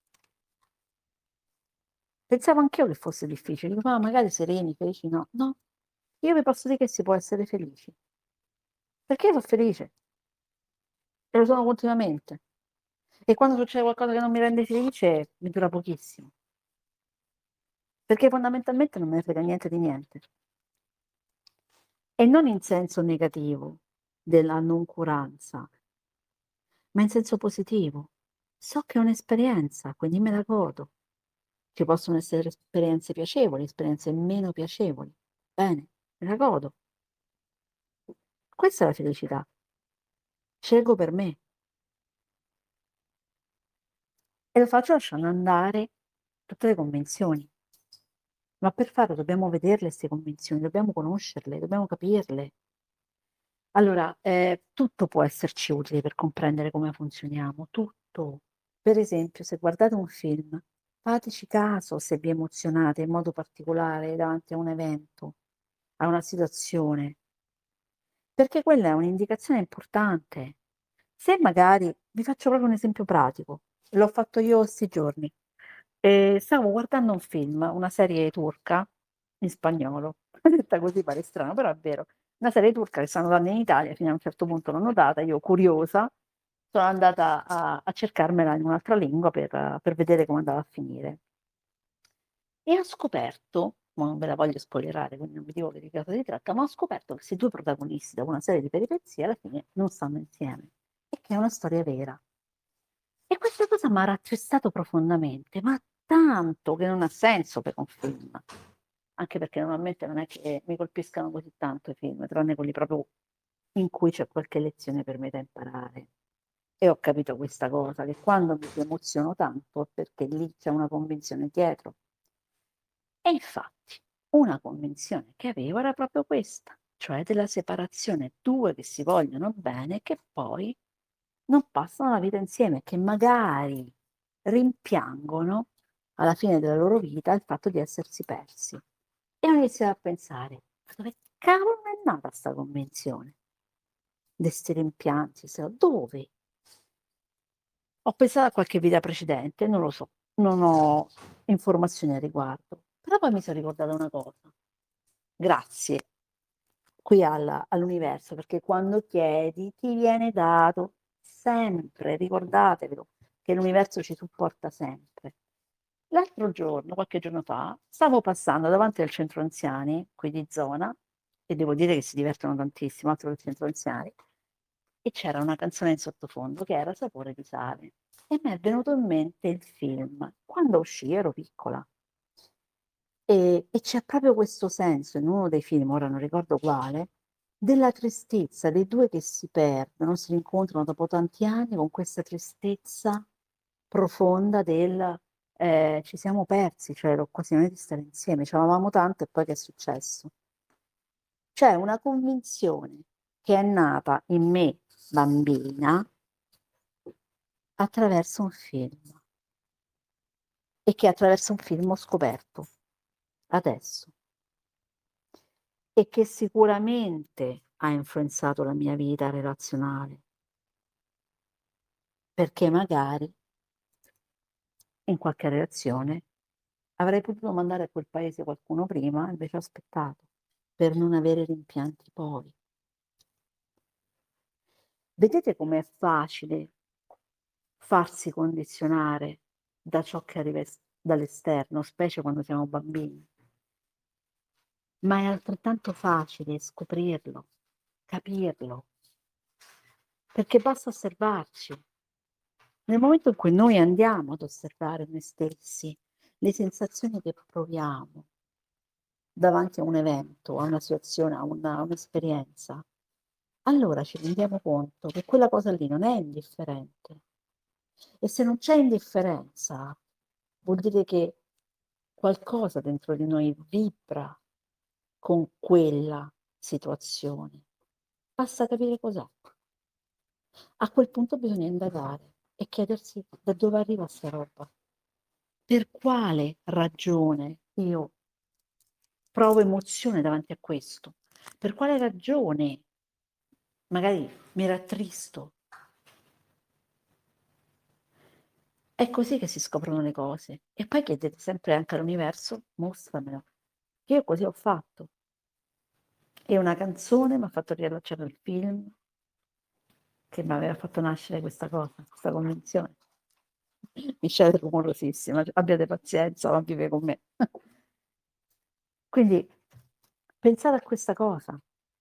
Pensavo anch'io che fosse difficile, dico, ma magari sereni, felici, no. No, io vi posso dire che si può essere felici. Perché io sono felice e lo sono continuamente. E quando succede qualcosa che non mi rende felice, mi dura pochissimo. Perché fondamentalmente non me ne frega niente di niente. E non in senso negativo della noncuranza, ma in senso positivo. So che è un'esperienza, quindi me la godo. Ci possono essere esperienze piacevoli, esperienze meno piacevoli. Bene, me la godo. Questa è la felicità. Scelgo per me e lo faccio lasciando andare tutte le convenzioni. Ma per farlo dobbiamo vederle queste convenzioni, dobbiamo conoscerle, dobbiamo capirle. Allora, tutto può esserci utile per comprendere come funzioniamo, tutto. Per esempio, se guardate un film, fateci caso se vi emozionate in modo particolare davanti a un evento, a una situazione, perché quella è un'indicazione importante. Se magari, vi faccio proprio un esempio pratico, l'ho fatto io questi giorni. Stavo guardando un film, una serie turca in spagnolo. Detta così pare strano, però è vero. Una serie turca che stanno dando in Italia, fino a un certo punto l'ho notata, io curiosa, sono andata a cercarmela in un'altra lingua per vedere come andava a finire. E ho scoperto, ma non ve la voglio spoilerare, quindi non vi dico che di cosa si tratta, ma ho scoperto che questi due protagonisti, dopo una serie di peripezie, alla fine non stanno insieme e che è una storia vera. E questa cosa m'ha rattristato profondamente, ma tanto che non ha senso per un film. Anche perché normalmente non è che mi colpiscano così tanto i film, tranne quelli proprio in cui c'è qualche lezione per me da imparare. E ho capito questa cosa, che quando mi emoziono tanto è perché lì c'è una convinzione dietro. E infatti una convinzione che avevo era proprio questa, cioè della separazione, due che si vogliono bene, che poi non passano la vita insieme, che magari rimpiangono alla fine della loro vita il fatto di essersi persi. E ho iniziato a pensare, ma dove cavolo è nata sta convinzione? Di sti rimpianti, dove? Ho pensato a qualche vita precedente, non lo so, non ho informazioni al riguardo. Però poi mi sono ricordata una cosa. Grazie qui all'universo, perché quando chiedi ti viene dato sempre, ricordatevelo che l'universo ci supporta sempre. L'altro giorno, qualche giorno fa, stavo passando davanti al centro anziani, qui di zona, e devo dire che si divertono tantissimo, altro che il centro anziani, e c'era una canzone in sottofondo che era Sapore di sale. E mi è venuto in mente il film. Quando uscì ero piccola. E c'è proprio questo senso in uno dei film, ora non ricordo quale, della tristezza dei due che si perdono, si rincontrano dopo tanti anni con questa tristezza profonda del ci siamo persi, cioè l'occasione di stare insieme, ci amavamo tanto e poi che è successo? C'è una convinzione che è nata in me bambina attraverso un film e che attraverso un film ho scoperto adesso. E che sicuramente ha influenzato la mia vita relazionale, perché magari in qualche relazione avrei potuto mandare a quel paese qualcuno prima, invece ho aspettato per non avere rimpianti poi. Vedete com'è facile farsi condizionare da ciò che arriva dall'esterno, specie quando siamo bambini. ma è altrettanto facile scoprirlo, capirlo, perché basta osservarci. Nel momento in cui noi andiamo ad osservare noi stessi, le sensazioni che proviamo davanti a un evento, a una situazione, a un'esperienza, allora ci rendiamo conto che quella cosa lì non è indifferente. E se non c'è indifferenza, vuol dire che qualcosa dentro di noi vibra con quella situazione. Basta capire cos'è. A quel punto bisogna indagare e chiedersi da dove arriva sta roba. Per quale ragione io provo emozione davanti a questo? Per quale ragione magari mi rattristo? È così che si scoprono le cose. E poi chiedete sempre anche all'universo, mostramelo. Io così ho fatto. E una canzone mi ha fatto riallacciare al film che mi aveva fatto nascere questa cosa, questa convinzione. Michelle è rumorosissima, abbiate pazienza, ma vive con me. Quindi pensate a questa cosa.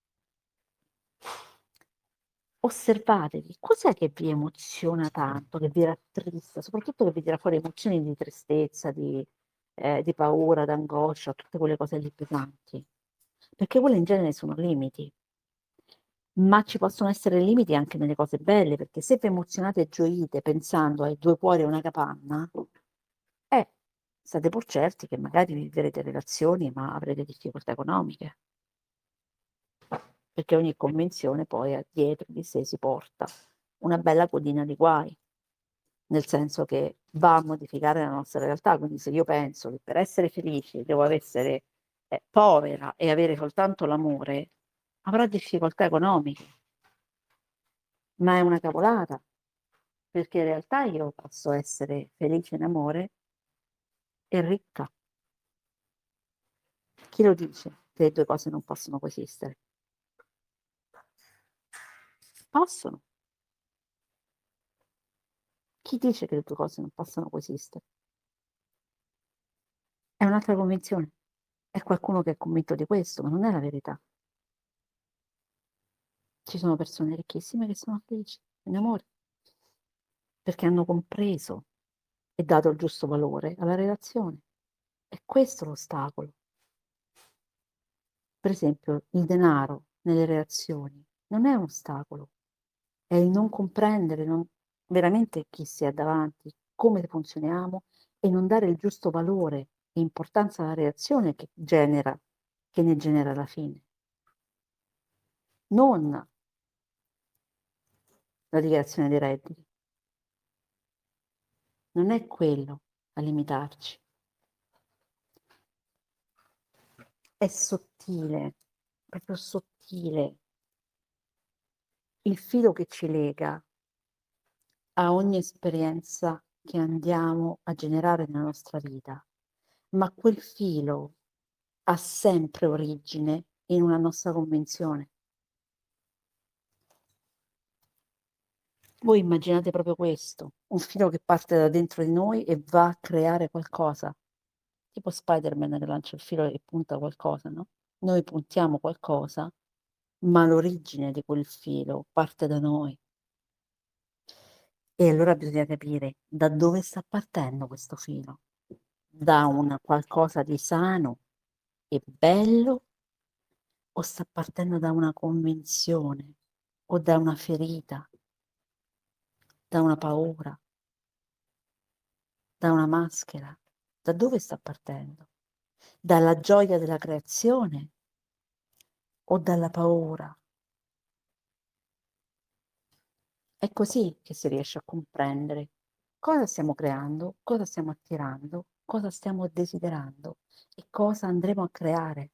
Osservatevi, cos'è che vi emoziona tanto, che vi rattrista, soprattutto che vi tira fuori emozioni di tristezza, di paura, d'angoscia, tutte quelle cose lì pesanti. Perché quelle in genere sono limiti, ma ci possono essere limiti anche nelle cose belle, perché se vi emozionate e gioite pensando ai due cuori e una capanna, eh, state pur certi che magari vivrete relazioni, ma avrete difficoltà economiche, perché ogni convenzione poi dietro di sé si porta una bella codina di guai, nel senso che va a modificare la nostra realtà. Quindi se io penso che per essere felice devo essere povera e avere soltanto l'amore, avrò difficoltà economiche, ma è una cavolata, perché in realtà io posso essere felice in amore e ricca. Chi lo dice che le due cose non possono coesistere? Possono. Chi dice che le due cose non possono coesistere? È un'altra convinzione. È qualcuno che è convinto di questo, ma non è la verità. Ci sono persone ricchissime che sono felici in amore, perché hanno compreso e dato il giusto valore alla relazione. È questo l'ostacolo. Per esempio, il denaro nelle relazioni non è un ostacolo, è il non comprendere veramente chi si è davanti, come funzioniamo e non dare il giusto valore e importanza alla relazione che ne genera la fine. Non la dichiarazione dei redditi. Non è quello a limitarci. È sottile, proprio sottile, il filo che ci lega a ogni esperienza che andiamo a generare nella nostra vita, ma quel filo ha sempre origine in una nostra convinzione. Voi immaginate proprio questo, un filo che parte da dentro di noi e va a creare qualcosa, tipo Spider-Man che lancia il filo e punta qualcosa, no? Noi puntiamo qualcosa, ma l'origine di quel filo parte da noi. E allora bisogna capire da dove sta partendo questo filo. Da un qualcosa di sano e bello o sta partendo da una convinzione o da una ferita, da una paura, da una maschera? Da dove sta partendo? Dalla gioia della creazione o dalla paura? È così che si riesce a comprendere cosa stiamo creando, cosa stiamo attirando, cosa stiamo desiderando e cosa andremo a creare.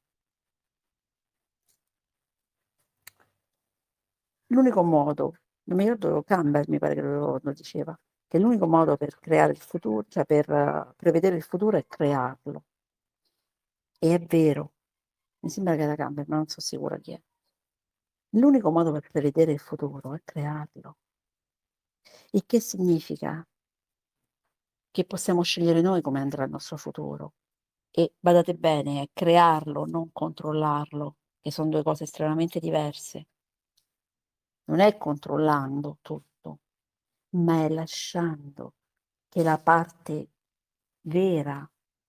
L'unico modo, non mi ricordo Campbell mi pare che lo diceva, che l'unico modo per creare il futuro, cioè per prevedere il futuro è crearlo. E è vero, mi sembra che era Campbell, ma non sono sicura chi è. L'unico modo per prevedere il futuro è crearlo. Il che significa che possiamo scegliere noi come andrà il nostro futuro. E badate bene, è crearlo, non controllarlo, che sono due cose estremamente diverse. Non è controllando tutto, ma è lasciando che la parte vera,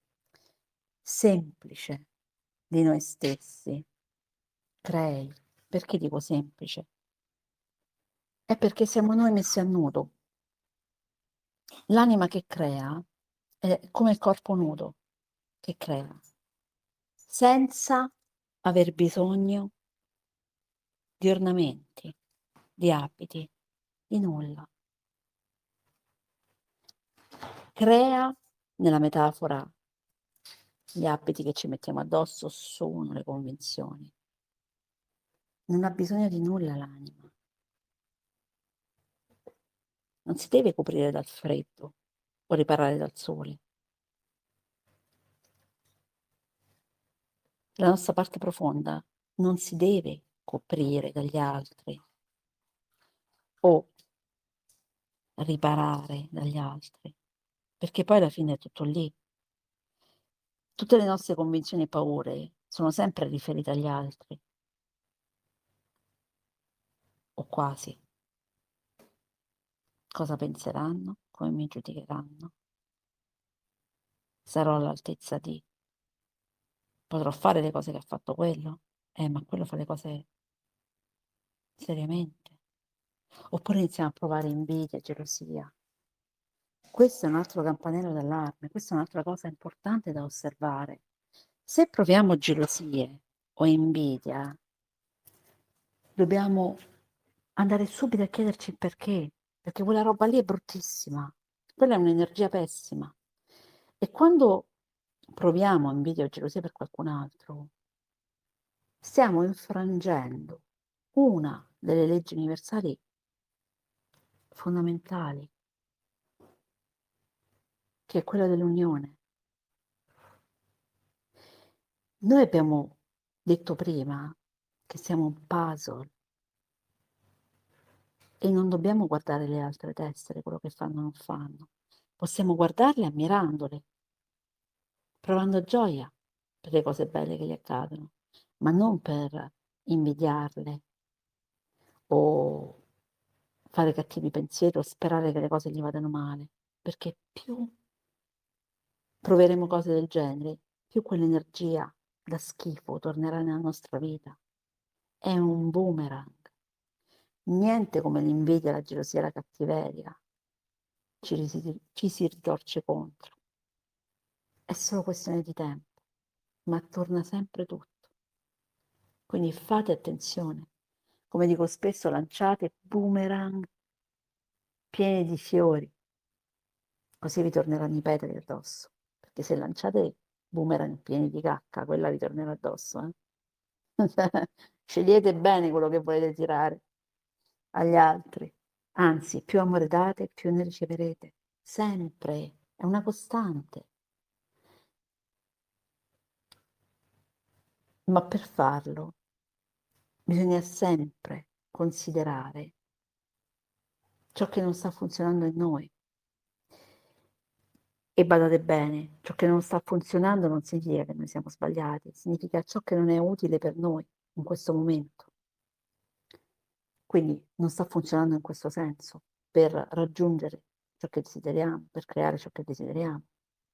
semplice di noi stessi crei. Perché dico semplice? È perché siamo noi messi a nudo. L'anima che crea è come il corpo nudo che crea, senza aver bisogno di ornamenti, di abiti, di nulla. Crea, nella metafora, gli abiti che ci mettiamo addosso sono le convinzioni. Non ha bisogno di nulla l'anima. Non si deve coprire dal freddo o riparare dal sole. La nostra parte profonda non si deve coprire dagli altri o riparare dagli altri, perché poi alla fine è tutto lì. Tutte le nostre convinzioni e paure sono sempre riferite agli altri, o quasi. Cosa penseranno? Come mi giudicheranno? Sarò all'altezza di... Potrò fare le cose che ha fatto quello? Ma quello fa le cose seriamente. Oppure iniziamo a provare invidia, gelosia. Questo è un altro campanello d'allarme, questa è un'altra cosa importante da osservare. Se proviamo gelosie o invidia, dobbiamo andare subito a chiederci il perché quella roba lì è bruttissima, quella è un'energia pessima. E quando proviamo invidia o gelosia per qualcun altro, stiamo infrangendo una delle leggi universali fondamentali, che è quella dell'unione. Noi abbiamo detto prima che siamo un puzzle e non dobbiamo guardare le altre tessere, quello che fanno o non fanno. Possiamo guardarle ammirandole, provando gioia per le cose belle che gli accadono, ma non per invidiarle o fare cattivi pensieri o sperare che le cose gli vadano male, perché più proveremo cose del genere, più quell'energia da schifo tornerà nella nostra vita. È un boomerang. Niente come l'invidia, la gelosia e la cattiveria ci si ritorce contro. È solo questione di tempo, ma torna sempre tutto. Quindi fate attenzione. Come dico spesso, lanciate boomerang pieni di fiori, così vi torneranno i petali addosso. Perché se lanciate boomerang pieni di cacca, quella vi tornerà addosso. Scegliete bene quello che volete tirare agli altri. Anzi, più amore date, più ne riceverete. Sempre. È una costante. Ma per farlo bisogna sempre considerare ciò che non sta funzionando in noi. E badate bene, ciò che non sta funzionando non significa che noi siamo sbagliati, significa ciò che non è utile per noi in questo momento. Quindi non sta funzionando in questo senso per raggiungere ciò che desideriamo, per creare ciò che desideriamo.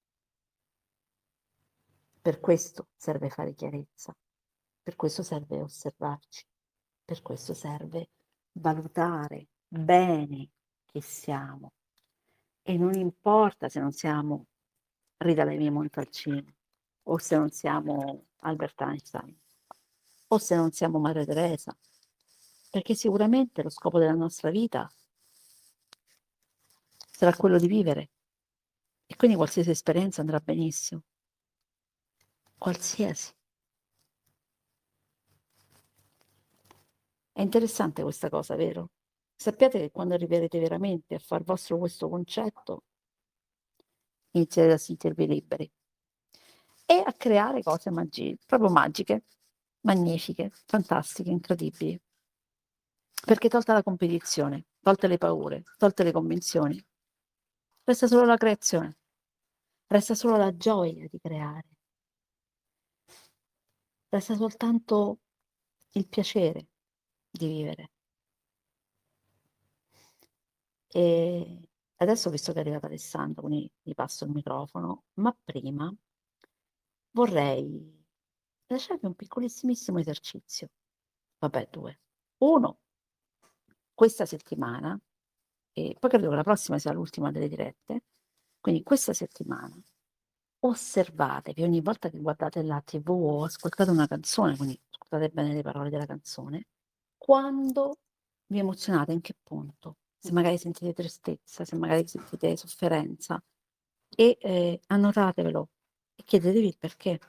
Per questo serve fare chiarezza, per questo serve osservarci, per questo serve valutare bene chi siamo. E non importa se non siamo Rita Levi-Montalcini, o se non siamo Albert Einstein, o se non siamo Maria Teresa, perché sicuramente lo scopo della nostra vita sarà quello di vivere e quindi qualsiasi esperienza andrà benissimo, qualsiasi. È interessante questa cosa, vero? Sappiate che quando arriverete veramente a far vostro questo concetto, inizierete a sentirvi liberi e a creare cose proprio magiche, magnifiche, fantastiche, incredibili. Perché tolta la competizione, tolte le paure, tolte le convinzioni, resta solo la creazione, resta solo la gioia di creare. resta soltanto il piacere di vivere. E adesso, visto che è arrivato Alessandro, quindi gli passo il microfono, ma prima vorrei lasciarvi un piccolissimissimo esercizio. Vabbè, due. Uno, questa settimana, e poi credo che la prossima sia l'ultima delle dirette, quindi questa settimana osservatevi ogni volta che guardate la TV o ascoltate una canzone, quindi ascoltate bene le parole della canzone, quando vi emozionate, in che punto, se magari sentite tristezza, se magari sentite sofferenza, e annotatevelo e chiedetevi il perché.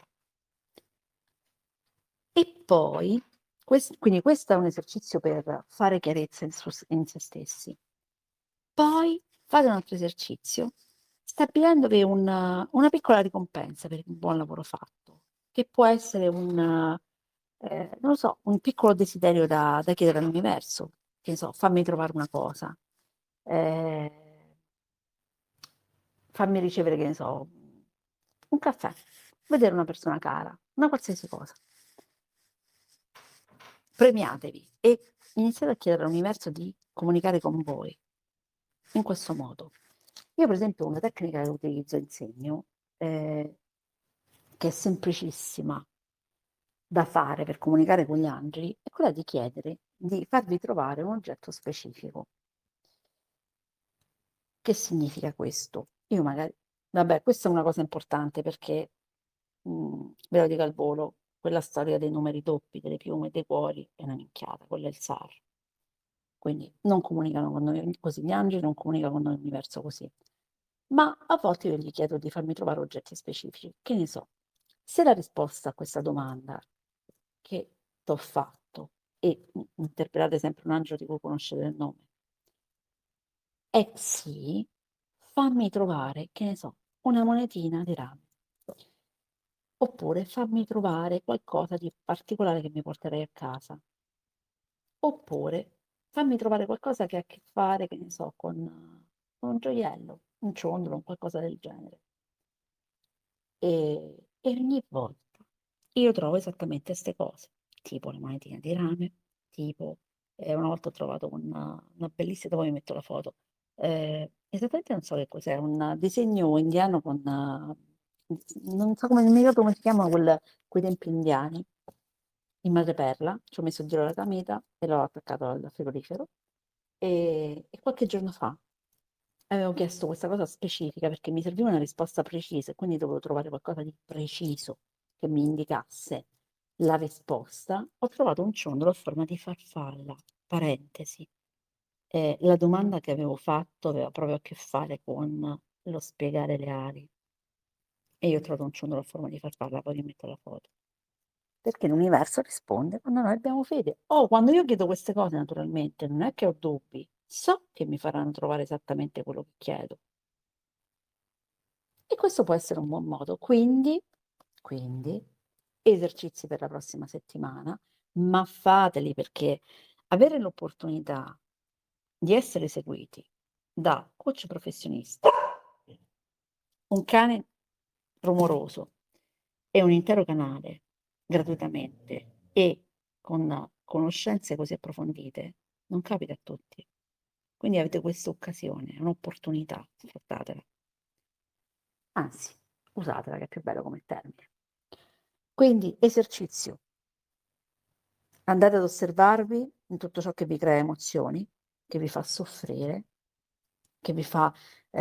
E poi, quindi questo è un esercizio per fare chiarezza in se stessi. Poi fate un altro esercizio stabilendovi una piccola ricompensa per il buon lavoro fatto, che può essere non lo so, un piccolo desiderio da chiedere all'universo, che ne so, fammi trovare una cosa, eh, fammi ricevere, che ne so, un caffè, vedere una persona cara, una qualsiasi cosa. Premiatevi e iniziate a chiedere all'universo di comunicare con voi in questo modo. Io, per esempio, una tecnica che utilizzo e insegno, che è semplicissima da fare per comunicare con gli angeli, è quella di chiedere di farvi trovare un oggetto specifico. Che significa questo? Io magari, vabbè, questa è una cosa importante perché, ve lo dico al volo, quella storia dei numeri doppi, delle piume, dei cuori è una minchiata, quello è il SAR. Quindi non comunicano con noi così gli angeli, non comunicano con noi l'universo così. Ma a volte io gli chiedo di farmi trovare oggetti specifici. Che ne so, se la risposta a questa domanda che t'ho fatto, e interpretate sempre un angelo di cui conoscete il nome, è sì, fammi trovare, che ne so, una monetina di rame. Oppure fammi trovare qualcosa di particolare che mi porterei a casa. Oppure fammi trovare qualcosa che ha a che fare, che ne so, con un gioiello, un ciondolo, un qualcosa del genere. E ogni volta io trovo esattamente queste cose, tipo la monetina di rame, tipo una volta ho trovato una bellissima, dopo vi metto la foto, esattamente non so che cos'è, un disegno indiano con, non so come, non mi ricordo come si chiamano quei templi indiani, in madreperla, ci ho messo dietro la camita e l'ho attaccato al frigorifero. E qualche giorno fa avevo chiesto questa cosa specifica perché mi serviva una risposta precisa e quindi dovevo trovare qualcosa di preciso che mi indicasse la risposta. Ho trovato un ciondolo a forma di farfalla, parentesi. La domanda che avevo fatto aveva proprio a che fare con lo spiegare le ali. E io ho trovato un ciondolo a forma di farfalla, poi vi metto la foto. Perché l'universo risponde quando noi abbiamo fede. O quando io chiedo queste cose, naturalmente, non è che ho dubbi, so che mi faranno trovare esattamente quello che chiedo. E questo può essere un buon modo. Quindi, esercizi per la prossima settimana, ma fateli perché avere l'opportunità di essere seguiti da coach professionisti, un cane rumoroso e un intero canale gratuitamente e con conoscenze così approfondite, non capita a tutti. Quindi avete questa occasione, è un'opportunità, sfruttatela. Anzi, usatela che è più bello come termine. Quindi esercizio. Andate ad osservarvi in tutto ciò che vi crea emozioni, che vi fa soffrire, che vi fa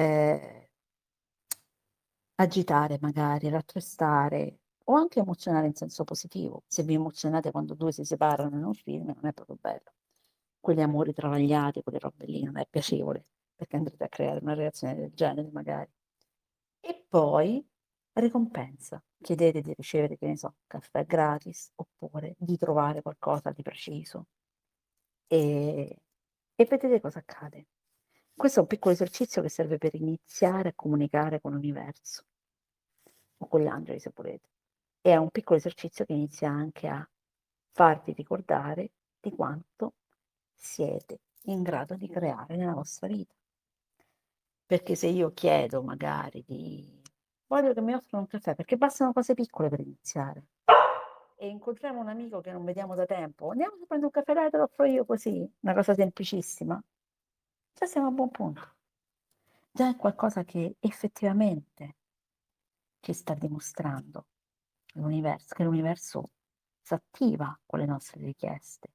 agitare magari, rattristare o anche emozionare in senso positivo. Se vi emozionate quando due si separano in un film, non è proprio bello. Quegli amori travagliati, quelle robe lì, non è piacevole, perché andrete a creare una reazione del genere magari. E poi ricompensa. Chiedete di ricevere, che ne so, caffè gratis, oppure di trovare qualcosa di preciso e, e vedete cosa accade. Questo è un piccolo esercizio che serve per iniziare a comunicare con l'universo o con gli angeli se volete. E è un piccolo esercizio che inizia anche a farvi ricordare di quanto siete in grado di creare nella vostra vita. Perché se io chiedo magari di voglio che mi offrano un caffè, perché bastano cose piccole per iniziare. e incontriamo un amico che non vediamo da tempo, andiamo a prendere un caffè, dai, te lo offro io così, una cosa semplicissima, già siamo a buon punto. Già è qualcosa che effettivamente ci sta dimostrando l'universo, che l'universo si attiva con le nostre richieste.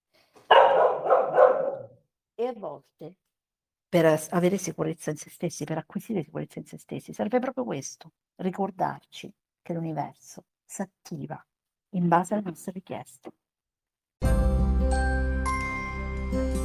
E a volte per avere sicurezza in se stessi, per acquisire sicurezza in se stessi, serve proprio questo, ricordarci che l'universo si attiva in base alle nostre richieste.